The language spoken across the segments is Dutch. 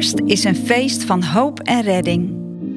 Kerst is een feest van hoop en redding.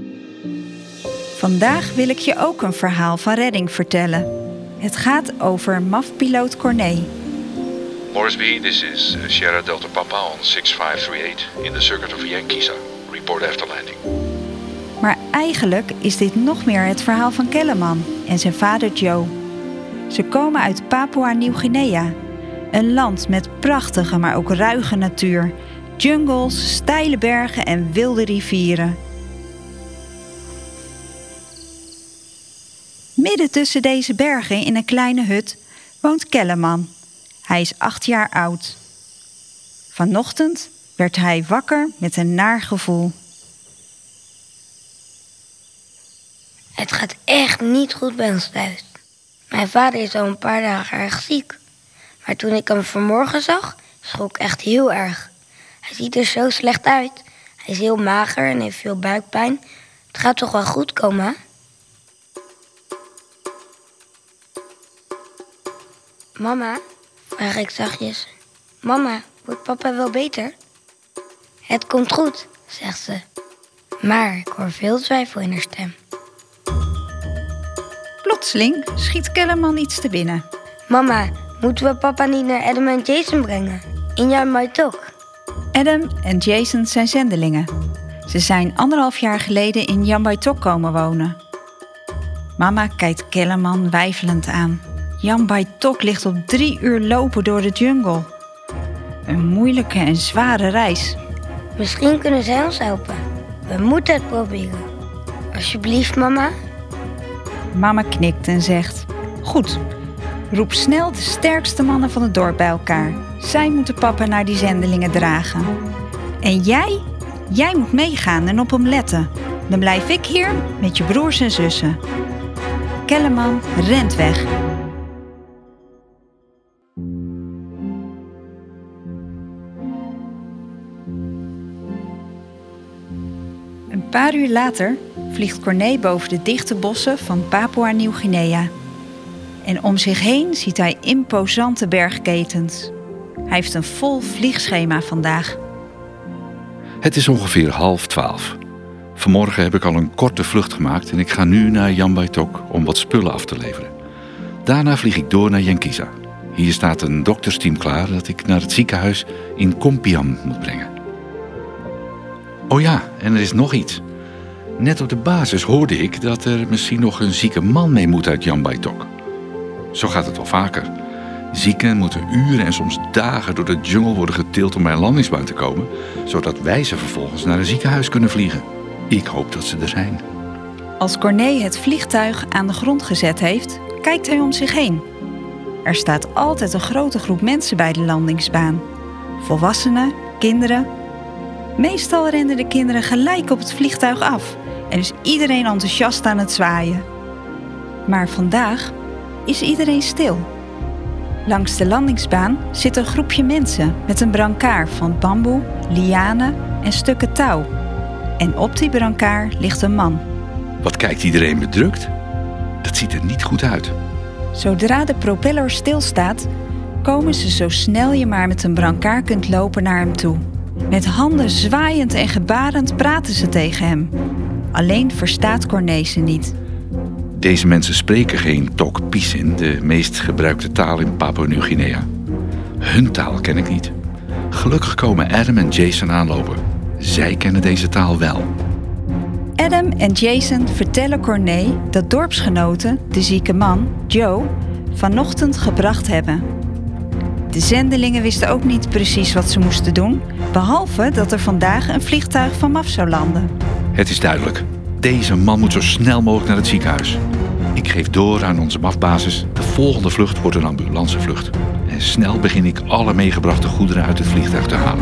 Vandaag wil ik je ook een verhaal van redding vertellen. Het gaat over MAF-piloot Corné. Moresby, this is Sierra Delta Papa on 6538 in the circuit of Yankeesa. Report after landing. Maar eigenlijk is dit nog meer het verhaal van Kellerman en zijn vader Joe. Ze komen uit Papua Nieuw-Guinea. Een land met prachtige, maar ook ruige natuur. Jungles, steile bergen en wilde rivieren. Midden tussen deze bergen in een kleine hut woont Kellerman. Hij is 8 jaar oud. Vanochtend werd hij wakker met een naar gevoel. Het gaat echt niet goed bij ons thuis. Mijn vader is al een paar dagen erg ziek. Maar toen ik hem vanmorgen zag, schrok ik echt heel erg. Hij ziet er zo slecht uit. Hij is heel mager en heeft veel buikpijn. Het gaat toch wel goed komen, hè? Mama, vraag ik zachtjes. Mama, wordt papa wel beter? Het komt goed, zegt ze. Maar ik hoor veel twijfel in haar stem. Plotseling schiet Kellerman iets te binnen. Mama, moeten we papa niet naar Adam en Jason brengen? In Janbaitok. Adam en Jason zijn zendelingen. Ze zijn 1,5 jaar geleden in Janbaitok komen wonen. Mama kijkt Kellerman weifelend aan. Janbaitok ligt op 3 uur lopen door de jungle. Een moeilijke en zware reis. Misschien kunnen zij ons helpen. We moeten het proberen. Alsjeblieft, mama. Mama knikt en zegt: goed, roep snel de sterkste mannen van het dorp bij elkaar. Zij moeten papa naar die zendelingen dragen. En jij moet meegaan en op hem letten. Dan blijf ik hier met je broers en zussen. Kellerman rent weg. Een paar uur later vliegt Corné boven de dichte bossen van Papua Nieuw-Guinea. En om zich heen ziet hij imposante bergketens. Hij heeft een vol vliegschema vandaag. Het is ongeveer 11:30. Vanmorgen heb ik al een korte vlucht gemaakt en ik ga nu naar Janbaitok om wat spullen af te leveren. Daarna vlieg ik door naar Yankeesa. Hier staat een doktersteam klaar dat ik naar het ziekenhuis in Kompiam moet brengen. Oh ja, en er is nog iets. Net op de basis hoorde ik dat er misschien nog een zieke man mee moet uit Janbaitok. Zo gaat het wel vaker. Zieken moeten uren en soms dagen door de jungle worden getild om bij een landingsbaan te komen, zodat wij ze vervolgens naar een ziekenhuis kunnen vliegen. Ik hoop dat ze er zijn. Als Corné het vliegtuig aan de grond gezet heeft, kijkt hij om zich heen. Er staat altijd een grote groep mensen bij de landingsbaan. Volwassenen, kinderen. Meestal rennen de kinderen gelijk op het vliegtuig af en is iedereen enthousiast aan het zwaaien. Maar vandaag is iedereen stil. Langs de landingsbaan zit een groepje mensen met een brancard van bamboe, lianen en stukken touw. En op die brancard ligt een man. Wat kijkt iedereen bedrukt? Dat ziet er niet goed uit. Zodra de propeller stilstaat, komen ze zo snel je maar met een brancard kunt lopen naar hem toe. Met handen zwaaiend en gebarend praten ze tegen hem. Alleen verstaat Corné ze niet. Deze mensen spreken geen Tok Pisin, de meest gebruikte taal in Papua Nieuw-Guinea. Hun taal ken ik niet. Gelukkig komen Adam en Jason aanlopen. Zij kennen deze taal wel. Adam en Jason vertellen Corné dat dorpsgenoten de zieke man, Joe, vanochtend gebracht hebben. De zendelingen wisten ook niet precies wat ze moesten doen, behalve dat er vandaag een vliegtuig van MAF zou landen. Het is duidelijk. Deze man moet zo snel mogelijk naar het ziekenhuis. Ik geef door aan onze MAF-basis. De volgende vlucht wordt een ambulancevlucht. En snel begin ik alle meegebrachte goederen uit het vliegtuig te halen.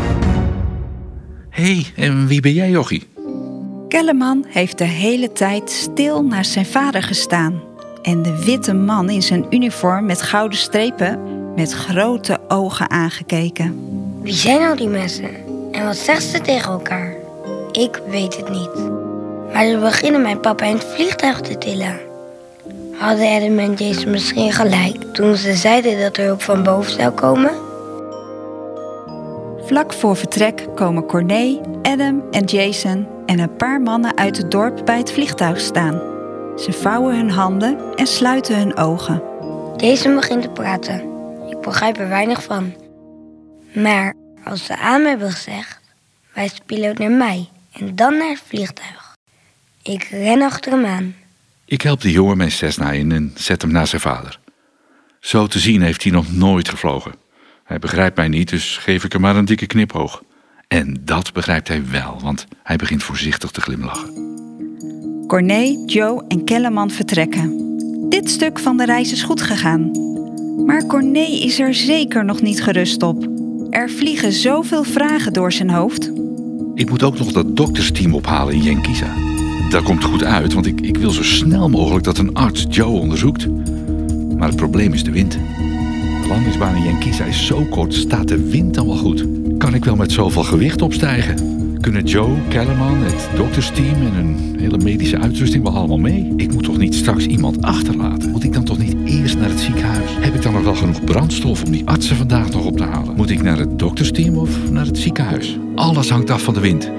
Hé, en wie ben jij, jochie? Kellerman heeft de hele tijd stil naast zijn vader gestaan. En de witte man in zijn uniform met gouden strepen met grote ogen aangekeken. Wie zijn nou die mensen? En wat zeggen ze tegen elkaar? Ik weet het niet. Maar ze beginnen mijn papa in het vliegtuig te tillen. Hadden Adam en Jason misschien gelijk toen ze zeiden dat er hulp van boven zou komen? Vlak voor vertrek komen Corné, Adam en Jason en een paar mannen uit het dorp bij het vliegtuig staan. Ze vouwen hun handen en sluiten hun ogen. Jason begint te praten. Ik begrijp er weinig van. Maar als ze aan me hebben gezegd, wijst de piloot naar mij en dan naar het vliegtuig. Ik ren achter hem aan. Ik help de jongen mijn Cessna in en zet hem naast zijn vader. Zo te zien heeft hij nog nooit gevlogen. Hij begrijpt mij niet, dus geef ik hem maar een dikke knipoog. En dat begrijpt hij wel, want hij begint voorzichtig te glimlachen. Corné, Joe en Kellerman vertrekken. Dit stuk van de reis is goed gegaan. Maar Corné is er zeker nog niet gerust op. Er vliegen zoveel vragen door zijn hoofd. Ik moet ook nog dat doktersteam ophalen in Yankiza. Dat komt goed uit, want ik wil zo snel mogelijk dat een arts Joe onderzoekt. Maar het probleem is de wind. De landingsbaan in Yankiza is zo kort, staat de wind dan wel goed? Kan ik wel met zoveel gewicht opstijgen? Kunnen Joe, Kellerman, het doktersteam en hun hele medische uitrusting wel allemaal mee? Ik moet toch niet straks iemand achterlaten? Moet ik dan toch niet eerst naar het ziekenhuis? Heb ik dan nog wel genoeg brandstof om die artsen vandaag nog op te halen? Moet ik naar het doktersteam of naar het ziekenhuis? Alles hangt af van de wind.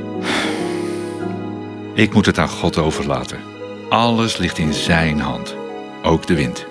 Ik moet het aan God overlaten. Alles ligt in zijn hand. Ook de wind.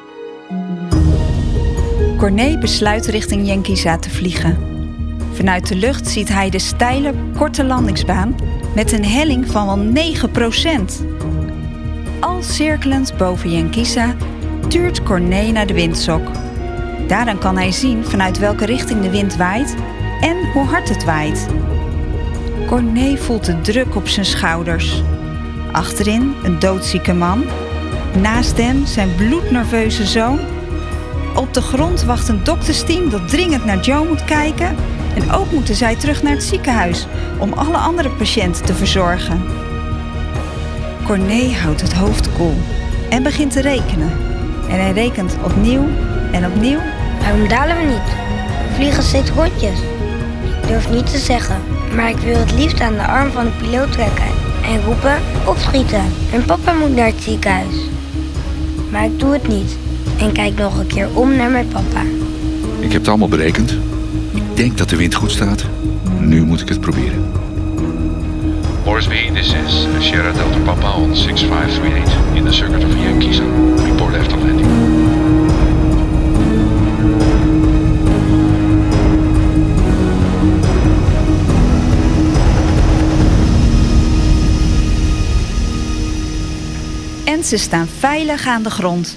Corné besluit richting Yankiza te vliegen. Vanuit de lucht ziet hij de steile, korte landingsbaan met een helling van wel 9%. Al cirkelend boven Yankiza tuurt Corné naar de windsok. Daaraan kan hij zien vanuit welke richting de wind waait en hoe hard het waait. Corné voelt de druk op zijn schouders. Achterin een doodzieke man. Naast hem zijn bloednerveuze zoon. Op de grond wacht een doktersteam dat dringend naar Joe moet kijken. En ook moeten zij terug naar het ziekenhuis om alle andere patiënten te verzorgen. Corné houdt het hoofd koel en begint te rekenen. En hij rekent opnieuw en opnieuw. Waarom dalen we niet? We vliegen steeds rondjes. Ik durf niet te zeggen, maar ik wil het liefst aan de arm van de piloot trekken en roepen, opschieten. En papa moet naar het ziekenhuis. Maar ik doe het niet en kijk nog een keer om naar mijn papa. Ik heb het allemaal berekend. Ik denk dat de wind goed staat. Nu moet ik het proberen. Moresby, this is Sierra Delta Papa on 6538 in the circuit of Yankiza. Report after landing. En ze staan veilig aan de grond.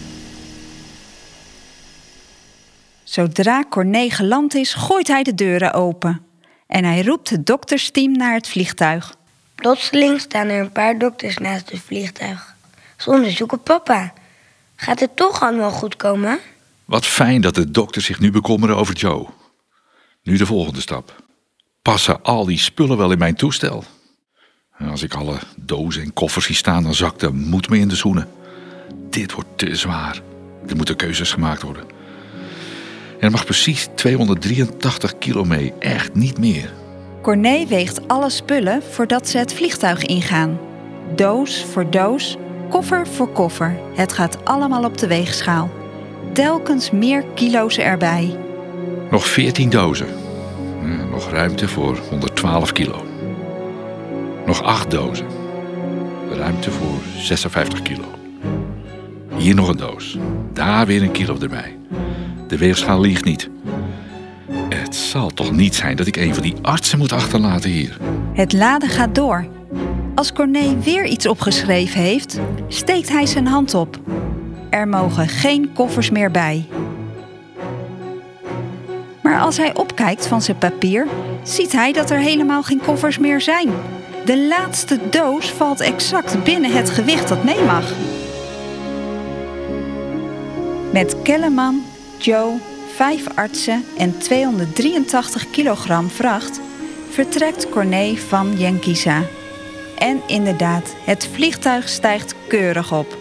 Zodra Corné geland is, gooit hij de deuren open. En hij roept het doktersteam naar het vliegtuig. Plotseling staan er een paar dokters naast het vliegtuig. Ze onderzoeken papa. Gaat het toch allemaal goed komen? Wat fijn dat de dokters zich nu bekommeren over Joe. Nu de volgende stap. Passen al die spullen wel in mijn toestel? Als ik alle dozen en koffers zie staan, dan zakt de moed me in de schoenen. Dit wordt te zwaar. Er moeten keuzes gemaakt worden. En er mag precies 283 kilo mee. Echt niet meer. Corné weegt alle spullen voordat ze het vliegtuig ingaan. Doos voor doos, koffer voor koffer. Het gaat allemaal op de weegschaal. Telkens meer kilo's erbij. Nog 14 dozen. Nog ruimte voor 112 kilo. Nog 8 dozen. Ruimte voor 56 kilo. Hier nog een doos. Daar weer een kilo erbij. De weegschaal liegt niet. Het zal toch niet zijn dat ik een van die artsen moet achterlaten hier? Het laden gaat door. Als Corné weer iets opgeschreven heeft, steekt hij zijn hand op. Er mogen geen koffers meer bij. Maar als hij opkijkt van zijn papier, ziet hij dat er helemaal geen koffers meer zijn. De laatste doos valt exact binnen het gewicht dat mee mag. Met Kellerman, Joe, 5 artsen en 283 kilogram vracht vertrekt Corné van Yankiza. En inderdaad, het vliegtuig stijgt keurig op.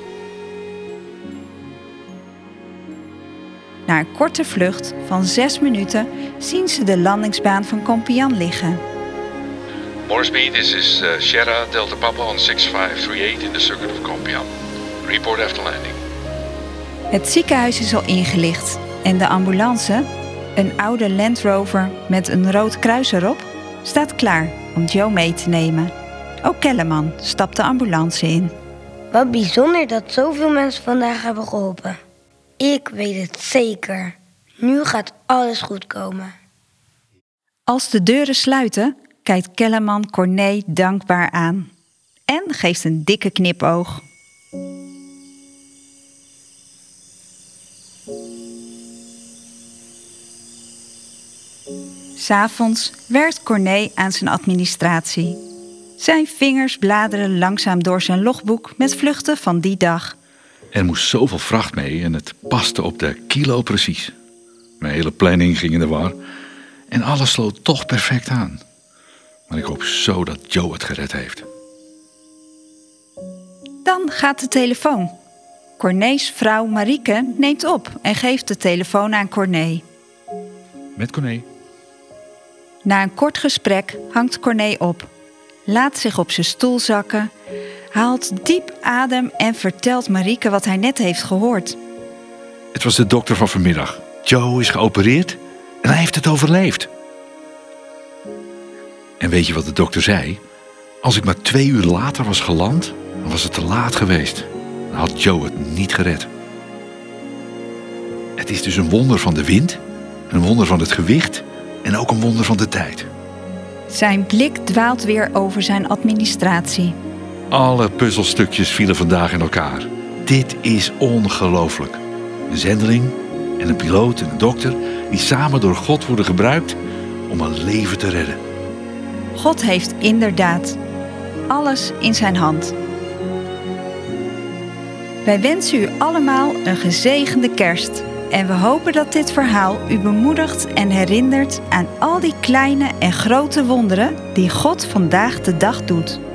Na een korte vlucht van 6 minuten zien ze de landingsbaan van Compiègne liggen. Moresby, this is Sierra Delta Papa on 6538 in the circuit of Compiègne. Report after landing. Het ziekenhuis is al ingelicht en de ambulance, Een oude Land Rover met een rood kruis erop staat klaar om Joe mee te nemen. Ook Kellerman stapt de ambulance in. Wat bijzonder dat zoveel mensen vandaag hebben geholpen. Ik weet het zeker. Nu gaat alles goed komen. Als de deuren sluiten, kijkt Kellerman Corné dankbaar aan. En geeft een dikke knipoog. 'S Avonds werkt Corné aan zijn administratie. Zijn vingers bladeren langzaam door zijn logboek met vluchten van die dag. Er moest zoveel vracht mee en het paste op de kilo precies. Mijn hele planning ging in de war en alles sloot toch perfect aan. Maar ik hoop zo dat Joe het gered heeft. Dan gaat de telefoon. Corné's vrouw Marieke neemt op en geeft de telefoon aan Corné. Met Corné. Na een kort gesprek hangt Corné op, laat zich op zijn stoel zakken, haalt diep adem en vertelt Marieke wat hij net heeft gehoord. Het was de dokter van vanmiddag. Joe is geopereerd en hij heeft het overleefd. En weet je wat de dokter zei? Als ik maar 2 uur later was geland, dan was het te laat geweest. Dan had Joe het niet gered. Het is dus een wonder van de wind, een wonder van het gewicht en ook een wonder van de tijd. Zijn blik dwaalt weer over zijn administratie. Alle puzzelstukjes vielen vandaag in elkaar. Dit is ongelooflijk. Een zendeling en een piloot en een dokter die samen door God worden gebruikt om een leven te redden. God heeft inderdaad alles in zijn hand. Wij wensen u allemaal een gezegende kerst. En we hopen dat dit verhaal u bemoedigt en herinnert aan al die kleine en grote wonderen die God vandaag de dag doet.